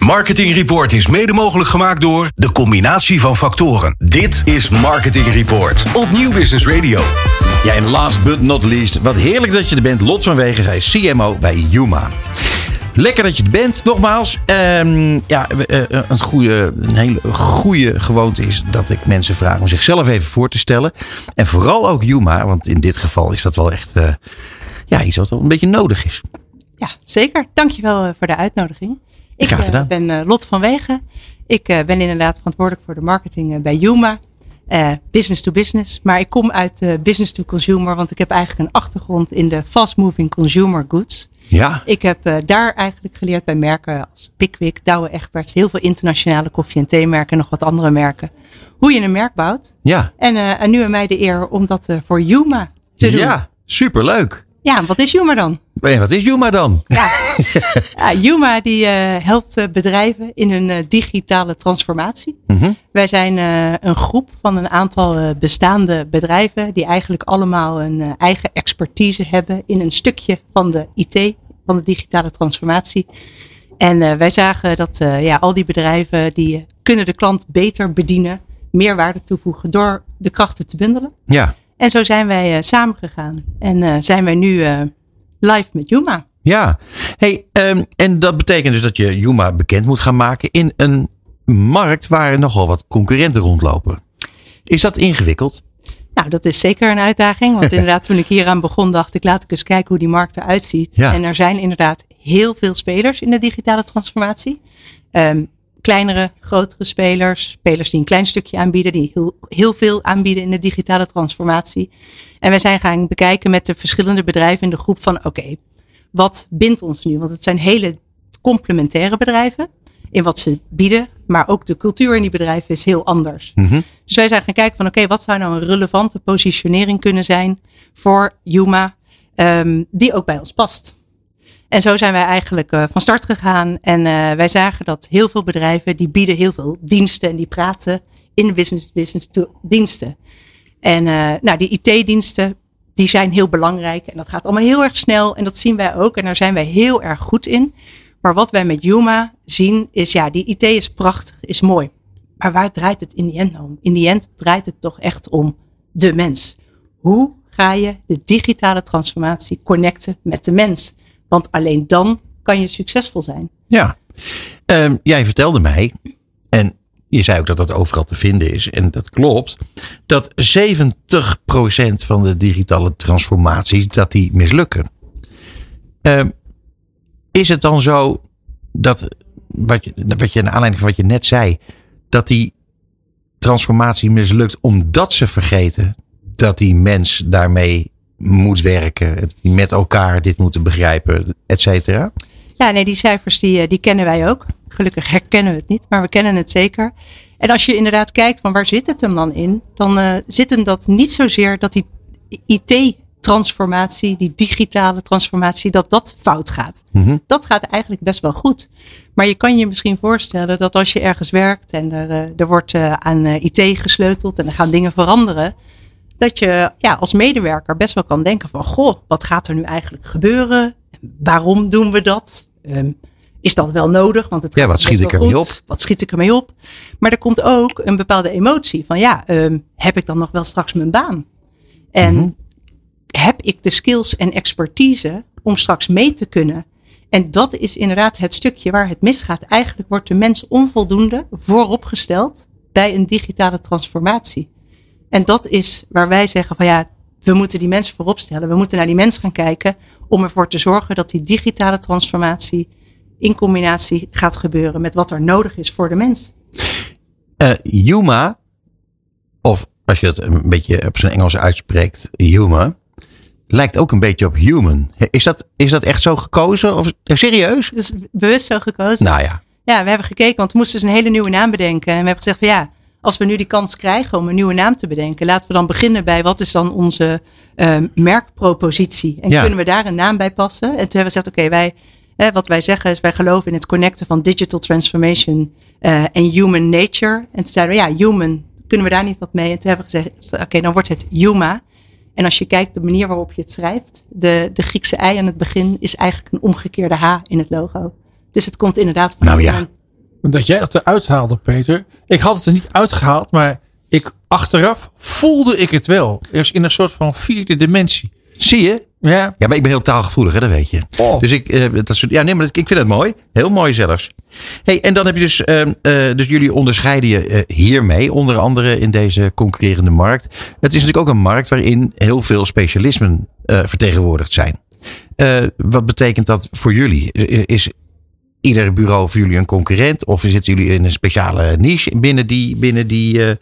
Marketing Report is mede mogelijk gemaakt door de combinatie van factoren. Dit is Marketing Report op Nieuw Business Radio. Ja, en last but not least, wat heerlijk dat je er bent. Lot van Wegen, zij is CMO bij Yuma. Lekker dat je er bent, nogmaals. Een hele goede gewoonte is dat ik mensen vraag om zichzelf even voor te stellen. En vooral ook Yuma, want in dit geval is dat wel echt iets wat wel een beetje nodig is. Ja, zeker. Dankjewel voor de uitnodiging. Ik ben Lot van Wegen. Ik ben inderdaad verantwoordelijk voor de marketing bij Yuma. Business to business. Maar ik kom uit business to consumer, want ik heb eigenlijk een achtergrond in de fast moving consumer goods. Ja. Ik heb daar eigenlijk geleerd bij merken als Pickwick, Douwe Egberts, heel veel internationale koffie- en theemerken en nog wat andere merken. Hoe je een merk bouwt. Ja. En nu aan mij de eer om dat voor Yuma te doen. Ja, superleuk. Ja, wat is Yuma dan? En wat is Yuma dan? Ja, Yuma die helpt bedrijven in hun digitale transformatie. Mm-hmm. Wij zijn een groep van een aantal bestaande bedrijven die eigenlijk allemaal een eigen expertise hebben in een stukje van de IT, van de digitale transformatie. En wij zagen dat al die bedrijven die kunnen de klant beter bedienen, meer waarde toevoegen door de krachten te bundelen. Ja. En zo zijn wij samengegaan en zijn wij nu live met Yuma. Ja, en dat betekent dus dat je Yuma bekend moet gaan maken in een markt waar nogal wat concurrenten rondlopen. Is dat ingewikkeld? Nou, dat is zeker een uitdaging. Want inderdaad, toen ik hieraan begon, dacht ik, laat ik eens kijken hoe die markt eruit ziet. Ja. En er zijn inderdaad heel veel spelers in de digitale transformatie. Kleinere, grotere spelers die een klein stukje aanbieden, die heel veel aanbieden in de digitale transformatie. En wij zijn gaan bekijken met de verschillende bedrijven in de groep van oké, wat bindt ons nu? Want het zijn hele complementaire bedrijven in wat ze bieden, maar ook de cultuur in die bedrijven is heel anders. Mm-hmm. Dus wij zijn gaan kijken van oké, wat zou nou een relevante positionering kunnen zijn voor Yuma, die ook bij ons past. En zo zijn wij eigenlijk van start gegaan. En wij zagen dat heel veel bedrijven die bieden heel veel diensten. En die praten in de business to diensten. En die IT-diensten die zijn heel belangrijk. En dat gaat allemaal heel erg snel. En dat zien wij ook. En daar zijn wij heel erg goed in. Maar wat wij met Yuma zien is die IT is prachtig, is mooi. Maar waar draait het in die end om? In die end draait het toch echt om de mens. Hoe ga je de digitale transformatie connecten met de mens? Want alleen dan kan je succesvol zijn. Ja, jij vertelde mij, en je zei ook dat dat overal te vinden is. En dat klopt, dat 70% van de digitale transformaties, dat die mislukken. Is het dan zo dat, wat je naar aanleiding van wat je net zei, dat die transformatie mislukt omdat ze vergeten dat die mens daarmee moet werken, die met elkaar dit moeten begrijpen, et cetera? Ja, nee, die cijfers die kennen wij ook. Gelukkig herkennen we het niet, maar we kennen het zeker. En als je inderdaad kijkt van waar zit het hem dan in, dan zit hem dat niet zozeer dat die IT-transformatie, die digitale transformatie, dat fout gaat. Mm-hmm. Dat gaat eigenlijk best wel goed. Maar je kan je misschien voorstellen dat als je ergens werkt en er wordt aan IT gesleuteld en er gaan dingen veranderen, dat je als medewerker best wel kan denken van goh, wat gaat er nu eigenlijk gebeuren? Waarom doen we dat? Is dat wel nodig? Want het wat schiet ik ermee op? Wat schiet ik ermee op? Maar er komt ook een bepaalde emotie van heb ik dan nog wel straks mijn baan? En heb ik de skills en expertise om straks mee te kunnen? En dat is inderdaad het stukje waar het misgaat. Eigenlijk wordt de mens onvoldoende vooropgesteld bij een digitale transformatie. En dat is waar wij zeggen van we moeten die mensen voorop stellen. We moeten naar die mens gaan kijken om ervoor te zorgen dat die digitale transformatie in combinatie gaat gebeuren met wat er nodig is voor de mens. Yuma, of als je het een beetje op zijn Engels uitspreekt, Yuma, lijkt ook een beetje op human. Is dat echt zo gekozen? Of serieus? Dat is bewust zo gekozen. Nou ja. Ja, we hebben gekeken, want we moesten dus een hele nieuwe naam bedenken. En we hebben gezegd van als we nu die kans krijgen om een nieuwe naam te bedenken, laten we dan beginnen bij wat is dan onze merkpropositie. En kunnen we daar een naam bij passen? En toen hebben we gezegd, wat wij zeggen is, wij geloven in het connecten van digital transformation en human nature. En toen zeiden we, human, kunnen we daar niet wat mee? En toen hebben we gezegd, dan wordt het Yuma. En als je kijkt de manier waarop je het schrijft, de Griekse I aan het begin is eigenlijk een omgekeerde H in het logo. Dus het komt inderdaad van Dat jij dat eruit haalde, Peter. Ik had het er niet uitgehaald, maar achteraf voelde ik het wel. Eerst in een soort van 4e dimensie. Zie je? Ja. Ja, maar ik ben heel taalgevoelig, hè, dat weet je. Oh. Dus ik vind het mooi. Heel mooi zelfs. Hey, en dan heb je dus jullie onderscheiden je hiermee, onder andere in deze concurrerende markt. Het is natuurlijk ook een markt waarin heel veel specialismen vertegenwoordigd zijn. Wat betekent dat voor jullie? Is ieder bureau voor jullie een concurrent? Of zitten jullie in een speciale niche binnen die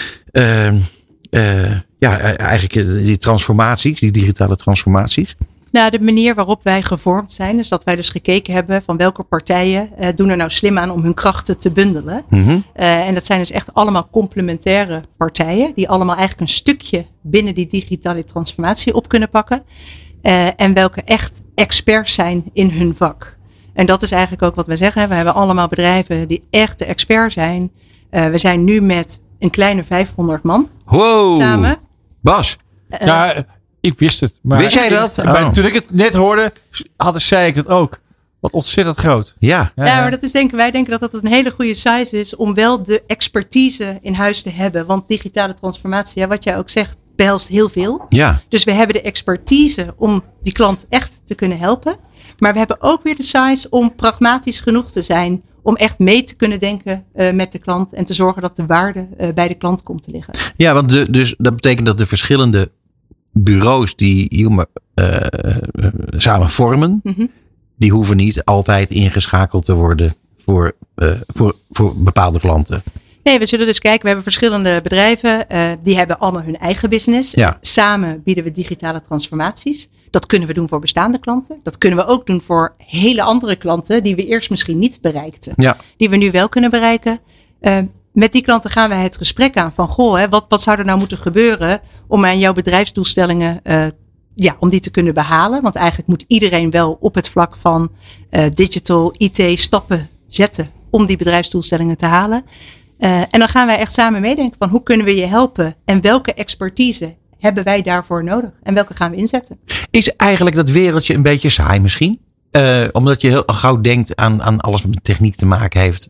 eigenlijk die transformaties, die digitale transformaties? Nou, de manier waarop wij gevormd zijn, is dat wij dus gekeken hebben van welke partijen doen er nou slim aan om hun krachten te bundelen. Mm-hmm. En dat zijn dus echt allemaal complementaire partijen, die allemaal eigenlijk een stukje binnen die digitale transformatie op kunnen pakken. En welke echt experts zijn in hun vak. En dat is eigenlijk ook wat wij zeggen. We hebben allemaal bedrijven die echt de expert zijn. We zijn nu met een kleine 500 man samen. Bas. Ja, ik wist het. Maar wist jij dat? Toen ik het net hoorde, zei ik het ook. Wat ontzettend groot. Ja, maar dat is wij denken dat een hele goede size is om wel de expertise in huis te hebben. Want digitale transformatie, wat jij ook zegt, behelst heel veel. Ja. Dus we hebben de expertise om die klant echt te kunnen helpen. Maar we hebben ook weer de size om pragmatisch genoeg te zijn om echt mee te kunnen denken met de klant en te zorgen dat de waarde bij de klant komt te liggen. Ja, want dus dat betekent dat de verschillende bureaus die Yuma samen vormen, Mm-hmm. die hoeven niet altijd ingeschakeld te worden voor bepaalde klanten. Nee, we zullen dus kijken. We hebben verschillende bedrijven. Die hebben allemaal hun eigen business. Ja. Samen bieden we digitale transformaties. Dat kunnen we doen voor bestaande klanten. Dat kunnen we ook doen voor hele andere klanten die we eerst misschien niet bereikten. Ja. Die we nu wel kunnen bereiken. Met die klanten gaan wij het gesprek aan van wat zou er nou moeten gebeuren om aan jouw bedrijfsdoelstellingen om die te kunnen behalen. Want eigenlijk moet iedereen wel op het vlak van digital, IT stappen zetten om die bedrijfsdoelstellingen te halen. En dan gaan wij echt samen meedenken van hoe kunnen we je helpen en welke expertise hebben wij daarvoor nodig en welke gaan we inzetten. Is eigenlijk dat wereldje een beetje saai misschien? Omdat je heel gauw denkt aan alles wat met techniek te maken heeft.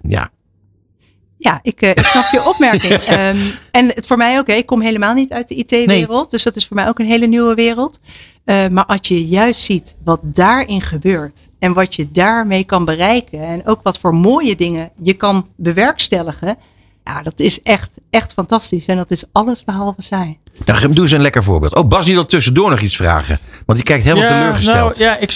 Ja, ik snap je opmerking. En het voor mij ook. Ik kom helemaal niet uit de IT-wereld. Nee. Dus dat is voor mij ook een hele nieuwe wereld. Maar als je juist ziet wat daarin gebeurt. En wat je daarmee kan bereiken. En ook wat voor mooie dingen je kan bewerkstelligen. Ja, dat is echt fantastisch. En dat is alles behalve saai. Nou, doe eens een lekker voorbeeld. Oh, Bas die wil tussendoor nog iets vragen. Want die kijkt helemaal teleurgesteld.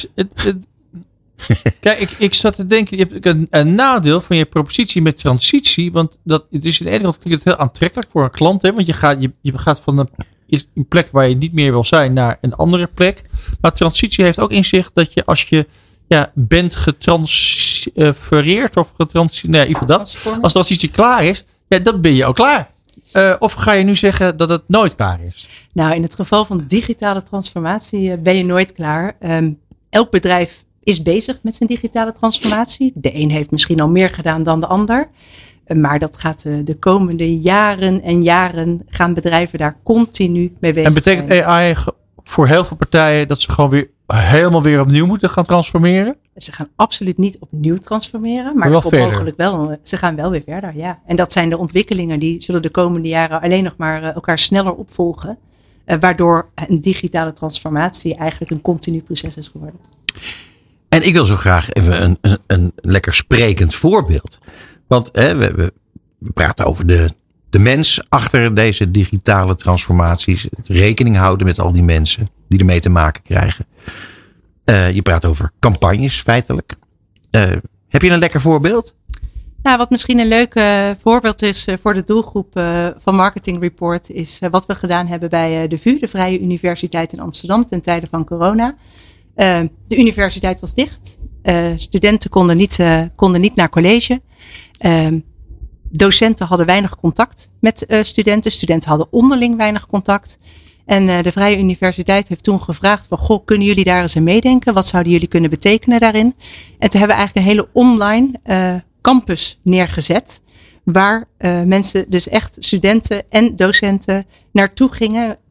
Kijk, ik zat te denken, je hebt een nadeel van je propositie met transitie. Want het is in de ene kant klinkt het heel aantrekkelijk voor een klant. Hè, want je gaat van een plek waar je niet meer wil zijn naar een andere plek. Maar transitie heeft ook in zich dat je als je bent getransfereerd of als transitie klaar is, dan ben je ook klaar. Of ga je nu zeggen dat het nooit klaar is? Nou, in het geval van digitale transformatie ben je nooit klaar. Elk bedrijf is bezig met zijn digitale transformatie. De een heeft misschien al meer gedaan dan de ander. Maar dat gaat de komende jaren en jaren gaan bedrijven daar continu mee bezig zijn. En betekent AI voor heel veel partijen dat ze gewoon helemaal weer opnieuw moeten gaan transformeren? Ze gaan absoluut niet opnieuw transformeren. Maar mogelijk wel. Ze gaan wel weer verder, ja. En dat zijn de ontwikkelingen die zullen de komende jaren alleen nog maar elkaar sneller opvolgen. Waardoor een digitale transformatie eigenlijk een continu proces is geworden. En ik wil zo graag even een lekker sprekend voorbeeld. Want we praten over de mens achter deze digitale transformaties. Het rekening houden met al die mensen die ermee te maken krijgen. Je praat over campagnes feitelijk. Heb je een lekker voorbeeld? Nou, wat misschien een leuk voorbeeld is voor de doelgroep van Marketing Report is wat we gedaan hebben bij de VU, de Vrije Universiteit in Amsterdam, ten tijde van corona. De universiteit was dicht. Studenten konden niet naar college. Docenten hadden weinig contact met studenten. Studenten hadden onderling weinig contact. En de Vrije Universiteit heeft toen gevraagd van, kunnen jullie daar eens aan meedenken? Wat zouden jullie kunnen betekenen daarin? En toen hebben we eigenlijk een hele online campus neergezet. Waar mensen, dus echt studenten en docenten naartoe gingen.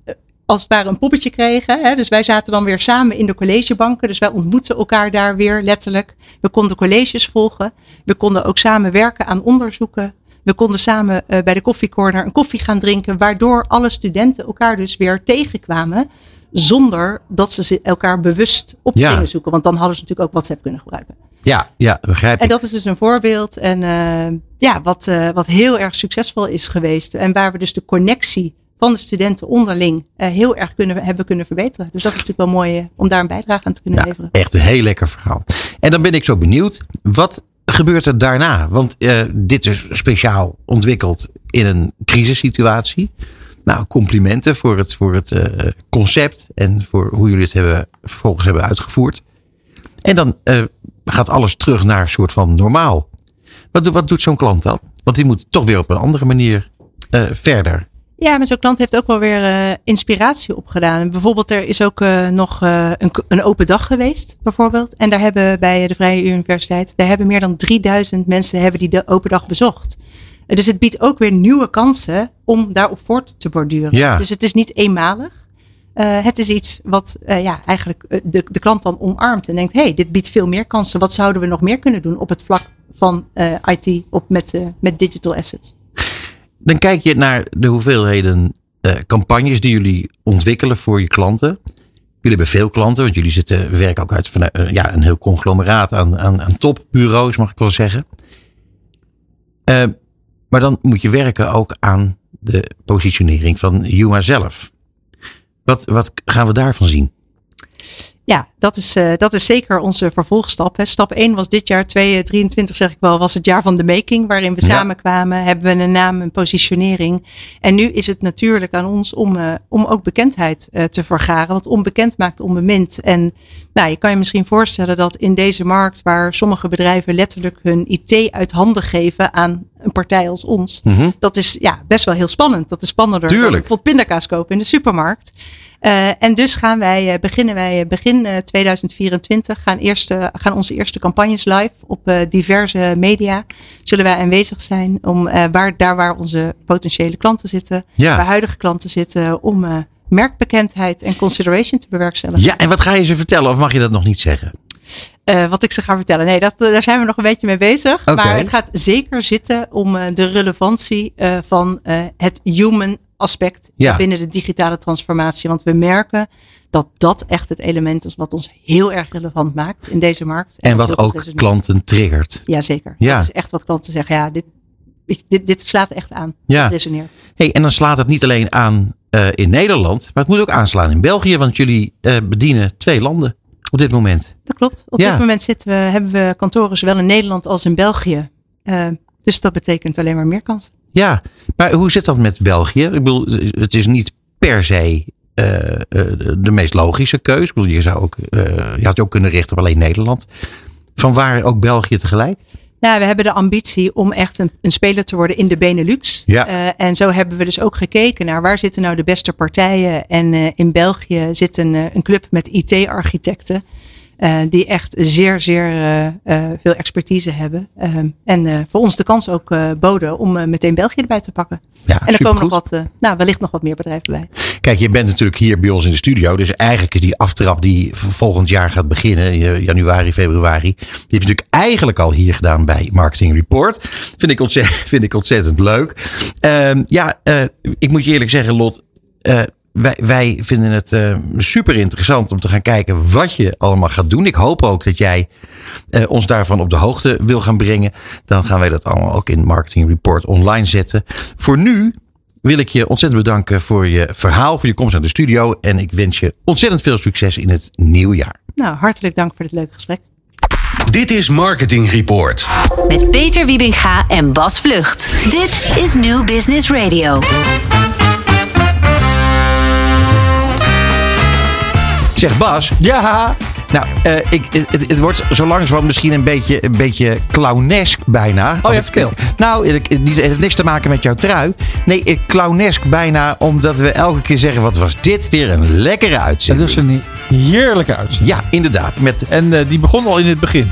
als het ware een poppetje kregen. Hè? Dus wij zaten dan weer samen in de collegebanken. Dus wij ontmoetten elkaar daar weer letterlijk. We konden colleges volgen. We konden ook samen werken aan onderzoeken. We konden samen bij de koffiecorner een koffie gaan drinken. Waardoor alle studenten elkaar dus weer tegenkwamen. Zonder dat ze elkaar bewust op gingen zoeken. Want dan hadden ze natuurlijk ook WhatsApp kunnen gebruiken. Ja, begrijp ik. En dat is dus een voorbeeld. En wat heel erg succesvol is geweest. En waar we dus de connectie van de studenten onderling heel erg hebben kunnen verbeteren. Dus dat is natuurlijk wel mooi om daar een bijdrage aan te kunnen leveren. Echt een heel lekker verhaal. En dan ben ik zo benieuwd. Wat gebeurt er daarna? Want dit is speciaal ontwikkeld in een crisissituatie. Nou, complimenten voor het concept en voor hoe jullie het vervolgens hebben uitgevoerd. En dan gaat alles terug naar een soort van normaal. Wat doet zo'n klant dan? Want die moet toch weer op een andere manier verder. Ja, maar zo'n klant heeft ook wel weer inspiratie opgedaan. Bijvoorbeeld er is ook nog een open dag geweest, bijvoorbeeld. En daar hebben bij de Vrije Universiteit, daar hebben meer dan 3000 mensen die de open dag bezocht. Dus het biedt ook weer nieuwe kansen om daarop voort te borduren. Ja. Dus het is niet eenmalig. Het is iets wat eigenlijk de klant dan omarmt en denkt, hey, dit biedt veel meer kansen. Wat zouden we nog meer kunnen doen op het vlak van IT met digital assets? Dan kijk je naar de hoeveelheden campagnes die jullie ontwikkelen voor je klanten. Jullie hebben veel klanten, want jullie werken ook uit een heel conglomeraat aan topbureaus, mag ik wel zeggen. Maar dan moet je werken ook aan de positionering van Yuma zelf. Wat gaan we daarvan zien? Ja, dat is zeker onze vervolgstap. Hè. Stap 1 was dit jaar, 2023 zeg ik wel, was het jaar van de making. Waarin we samenkwamen, hebben we een naam, een positionering. En nu is het natuurlijk aan ons om ook bekendheid te vergaren. Want onbekend maakt onbemind. En je kan je misschien voorstellen dat in deze markt, waar sommige bedrijven letterlijk hun IT uit handen geven aan een partij als ons. Mm-hmm. Dat is best wel heel spannend. Dat is spannender dan bijvoorbeeld pindakaas kopen in de supermarkt. En dus beginnen wij begin 2024 gaan onze eerste campagnes live op diverse media. Zullen wij aanwezig zijn om waar onze potentiële klanten zitten, waar huidige klanten zitten, om merkbekendheid en consideration te bewerkstelligen. Ja, en wat ga je ze vertellen of mag je dat nog niet zeggen? Wat ik ze ga vertellen. Nee, daar zijn we nog een beetje mee bezig. Okay. Maar het gaat zeker zitten om de relevantie van het human aspect binnen de digitale transformatie. Want we merken dat echt het element is wat ons heel erg relevant maakt in deze markt. En wat ook klanten triggert. Jazeker. Ja. Dat is echt wat klanten zeggen. Ja, dit slaat echt aan. Ja. Het resoneert. Hey, en dan slaat het niet alleen aan in Nederland, maar het moet ook aanslaan in België. Want jullie bedienen 2 landen op dit moment. Dat klopt. Op dit moment hebben we kantoren zowel in Nederland als in België. Dus dat betekent alleen maar meer kansen. Ja, maar hoe zit dat met België? Ik bedoel, het is niet per se de meest logische keus. Ik bedoel, je had je ook kunnen richten op alleen Nederland. Vanwaar ook België tegelijk? Nou, we hebben de ambitie om echt een speler te worden in de Benelux. Ja. En zo hebben we dus ook gekeken naar waar zitten nou de beste partijen. En in België zit een club met IT-architecten. Die echt zeer, zeer veel expertise hebben. En voor ons de kans ook boden om meteen België erbij te pakken. Ja, en er komen nog wellicht nog wat meer bedrijven bij. Kijk, je bent natuurlijk hier bij ons in de studio. Dus eigenlijk is die aftrap die volgend jaar gaat beginnen. Januari, februari. Die heb je natuurlijk eigenlijk al hier gedaan bij Marketing Report. Vind ik ontzettend leuk. Ik moet je eerlijk zeggen, Lot. Wij vinden het super interessant om te gaan kijken wat je allemaal gaat doen. Ik hoop ook dat jij ons daarvan op de hoogte wil gaan brengen. Dan gaan wij dat allemaal ook in Marketing Report online zetten. Voor nu wil ik je ontzettend bedanken voor je verhaal, voor je komst naar de studio. En ik wens je ontzettend veel succes in het nieuwe jaar. Nou, hartelijk dank voor dit leuke gesprek. Dit is Marketing Report. Met Peter Wiebinga en Bas Vlucht. Dit is New Business Radio. Zeg Bas. Ja. Nou, het wordt zo langzamerhand misschien een beetje clownesk bijna. Oh ja, vertel. Nou, het heeft niks te maken met jouw trui. Nee, clownesk bijna omdat we elke keer zeggen, wat was dit weer een lekkere uitzending. Het is een heerlijke uitzending. Ja, inderdaad. En die begon al in het begin.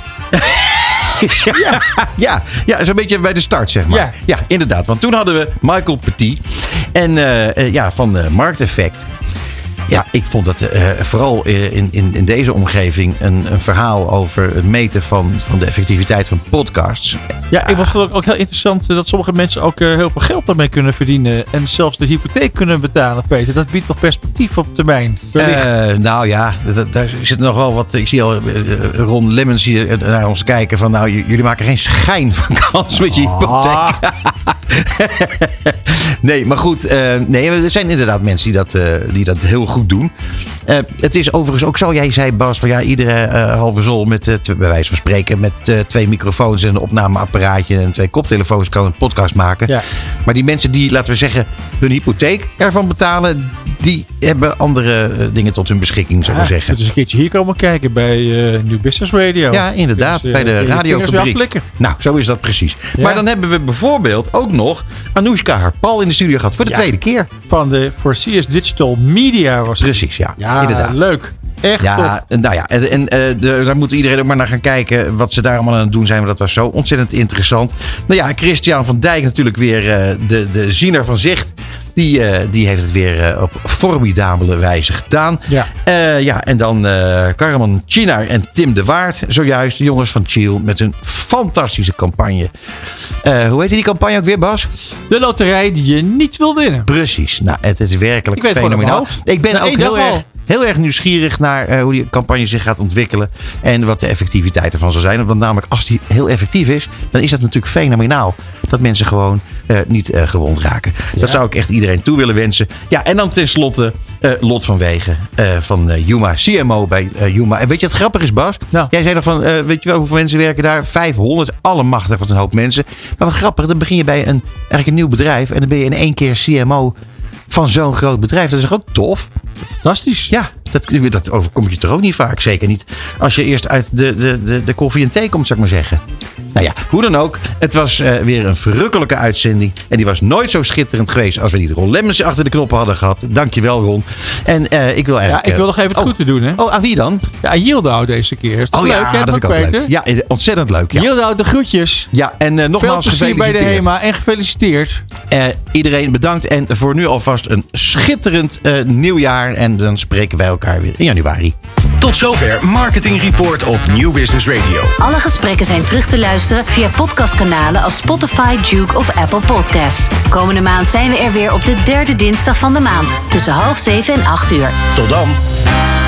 Ja, zo'n beetje bij de start, zeg maar. Ja, inderdaad. Want toen hadden we Michael Petit van Markteffect. Ja, ik vond dat vooral in deze omgeving een verhaal over het meten van de effectiviteit van podcasts. Ja, ik vond het ook heel interessant dat sommige mensen ook heel veel geld daarmee kunnen verdienen. En zelfs de hypotheek kunnen betalen, Peter. Dat biedt toch perspectief op termijn? Nou ja, daar zit nog wel wat. Ik zie al Ron Lemmens hier naar ons kijken van jullie maken geen schijn van kans met je hypotheek. Nee, maar goed. Er zijn inderdaad mensen die dat heel goed doen. Het is overigens ook zo. Jij zei, Bas, van iedere halve zol met, bij wijze van spreken, met 2 microfoons en een opnameapparaatje en 2 koptelefoons kan een podcast maken. Ja. Maar die mensen die, laten we zeggen, hun hypotheek ervan betalen, die hebben andere dingen tot hun beschikking, zou ik zeggen. Het is een keertje hier komen kijken bij New Business Radio. Ja, inderdaad. Dus, bij de radiofabriek. Nou, zo is dat precies. Ja. Maar dan hebben we bijvoorbeeld ook nog Anoushka Harpal in de studio gehad voor de tweede keer. Van de CS Digital Media was het. Precies, ja, inderdaad. Leuk. Echt tof. Nou ja, daar moet iedereen ook maar naar gaan kijken wat ze daar allemaal aan het doen zijn. Want dat was zo ontzettend interessant. Nou ja, Christian van Dijk natuurlijk weer de ziener van Zicht. Die heeft het weer op formidabele wijze gedaan. Ja. En dan Carmen Chinar en Tim de Waard. Zojuist, de jongens van Chill met hun fantastische campagne. Hoe heet die campagne ook weer, Bas? De loterij die je niet wil winnen. Precies. Nou, het is werkelijk fenomenaal. Ik ben ook heel erg nieuwsgierig naar hoe die campagne zich gaat ontwikkelen. En wat de effectiviteit ervan zal zijn. Want namelijk, als die heel effectief is, dan is dat natuurlijk fenomenaal. Dat mensen gewoon niet gewond raken. Ja. Dat zou ik echt iedereen toe willen wensen. Ja, en dan tenslotte Lot van Wegen van Yuma, CMO bij Yuma. En weet je wat grappig is, Bas? Nou. Jij zei nog van, weet je wel hoeveel mensen werken daar? 500, allemachtig, wat een hoop mensen. Maar wat grappig, dan begin je bij eigenlijk een nieuw bedrijf. En dan ben je in 1 keer CMO van zo'n groot bedrijf. Dat is toch ook tof? Fantastisch. Ja, dat overkomt je toch ook niet vaak. Zeker niet als je eerst uit de koffie en thee komt, zou ik maar zeggen. Nou ja, hoe dan ook. Het was weer een verrukkelijke uitzending. En die was nooit zo schitterend geweest als we niet Ron Lemmens achter de knoppen hadden gehad. Dankjewel, Ron. En ik wil eigenlijk... Ja, ik wil nog even het goed te doen, hè? Oh, aan wie dan? Ja, Yildau deze keer. Is dat leuk? Ja, dat vind ik ook leuk. Ja, ontzettend leuk. Ja. Yildau, de groetjes. Ja, en nogmaals gefeliciteerd. Bij de HEMA en gefeliciteerd. Iedereen bedankt. En voor nu alvast een schitterend nieuwjaar. En dan spreken wij elkaar weer in januari. Tot zover Marketing Report op New Business Radio. Alle gesprekken zijn terug te luisteren via podcastkanalen als Spotify, Juke of Apple Podcasts. Komende maand zijn we er weer op de 3e dinsdag van de maand. Tussen 6:30 en 8:00. Tot dan.